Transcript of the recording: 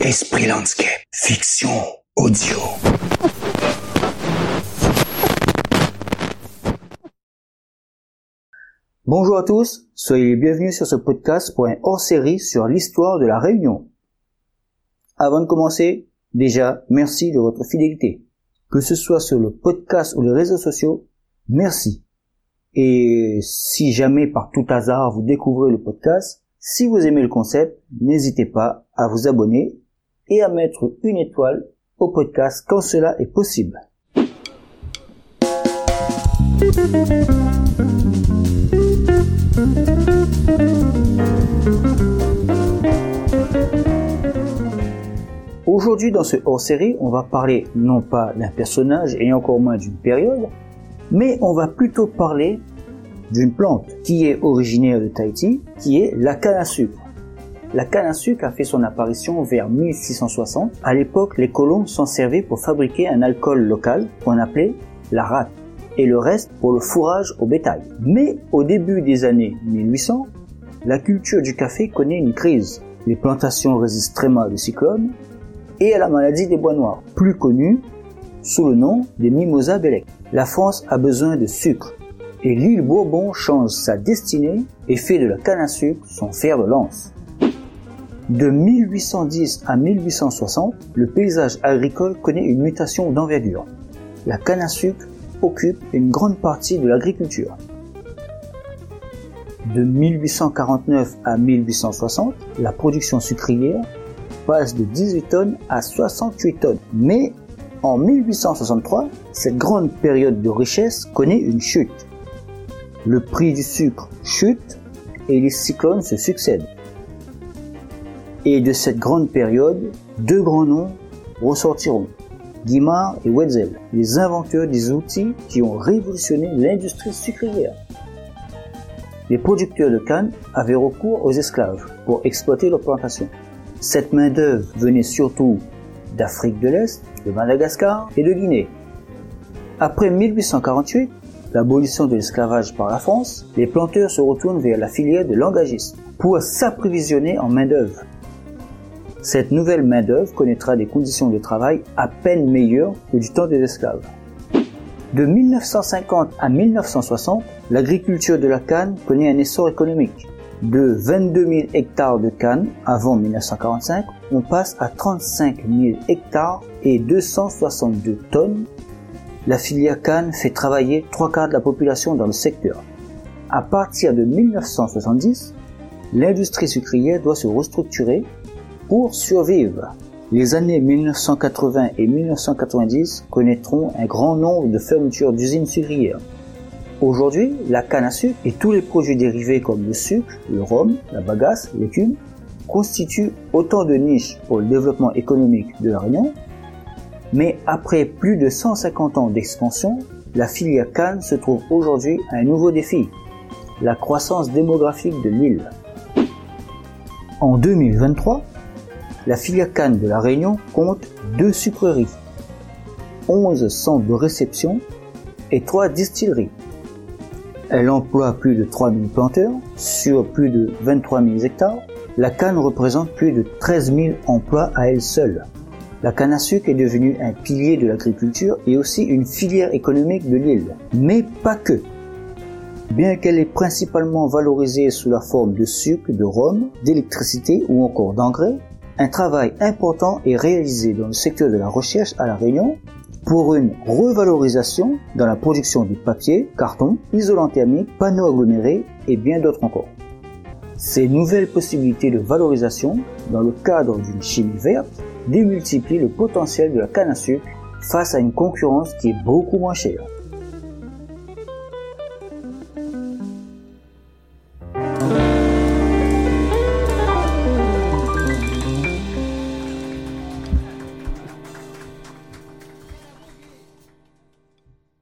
Esprit Landscape, fiction audio. Bonjour à tous, soyez les bienvenus sur ce podcast pour un hors-série sur l'histoire de la Réunion. Avant de commencer, déjà, merci de votre fidélité. Que ce soit sur le podcast ou les réseaux sociaux, merci. Et si jamais par tout hasard vous découvrez le podcast, si vous aimez le concept, n'hésitez pas à vous abonner et à mettre une étoile au podcast quand cela est possible. Aujourd'hui, dans ce hors-série, on va parler non pas d'un personnage et encore moins d'une période, mais on va plutôt parler d'une plante qui est originaire de Tahiti, qui est la canne à sucre. La canne à sucre a fait son apparition vers 1660. À l'époque, les colons s'en servaient pour fabriquer un alcool local qu'on appelait la rate, et le reste pour le fourrage au bétail. Mais au début des années 1800, la culture du café connaît une crise. Les plantations résistent très mal aux cyclones et à la maladie des bois noirs, plus connue sous le nom des mimosas Bélec. La France a besoin de sucre et l'île Bourbon change sa destinée et fait de la canne à sucre son fer de lance. De 1810 à 1860, le paysage agricole connaît une mutation d'envergure. La canne à sucre occupe une grande partie de l'agriculture. De 1849 à 1860, la production sucrière passe de 18 tonnes à 68 tonnes. Mais en 1863, cette grande période de richesse connaît une chute. Le prix du sucre chute et les cyclones se succèdent. Et de cette grande période, deux grands noms ressortiront. Guimard et Wetzel, les inventeurs des outils qui ont révolutionné l'industrie sucrière. Les producteurs de canne avaient recours aux esclaves pour exploiter leurs plantations. Cette main-d'œuvre venait surtout d'Afrique de l'Est, de Madagascar et de Guinée. Après 1848, l'abolition de l'esclavage par la France, les planteurs se retournent vers la filière de l'engagisme pour s'approvisionner en main-d'œuvre. Cette nouvelle main-d'œuvre connaîtra des conditions de travail à peine meilleures que du temps des esclaves. De 1950 à 1960, l'agriculture de la canne connaît un essor économique. De 22 000 hectares de canne avant 1945, on passe à 35 000 hectares et 262 tonnes. La filière canne fait travailler 3/4 de la population dans le secteur. À partir de 1970, l'industrie sucrière doit se restructurer pour survivre. Les années 1980 et 1990 connaîtront un grand nombre de fermetures d'usines sucrières. Aujourd'hui, la canne à sucre et tous les produits dérivés comme le sucre, le rhum, la bagasse, l'écume constituent autant de niches pour le développement économique de la Réunion. Mais après plus de 150 ans d'expansion, la filière canne se trouve aujourd'hui à un nouveau défi, la croissance démographique de l'île. En 2023, la filière canne de la Réunion compte 2 sucreries, 11 centres de réception et 3 distilleries. Elle emploie plus de 3 000 planteurs sur plus de 23 000 hectares. La canne représente plus de 13 000 emplois à elle seule. La canne à sucre est devenue un pilier de l'agriculture et aussi une filière économique de l'île. Mais pas que. Bien qu'elle est principalement valorisée sous la forme de sucre, de rhum, d'électricité ou encore d'engrais, un travail important est réalisé dans le secteur de la recherche à La Réunion pour une revalorisation dans la production du papier, carton, isolant thermique, panneaux agglomérés et bien d'autres encore. Ces nouvelles possibilités de valorisation, dans le cadre d'une chimie verte, démultiplient le potentiel de la canne à sucre face à une concurrence qui est beaucoup moins chère.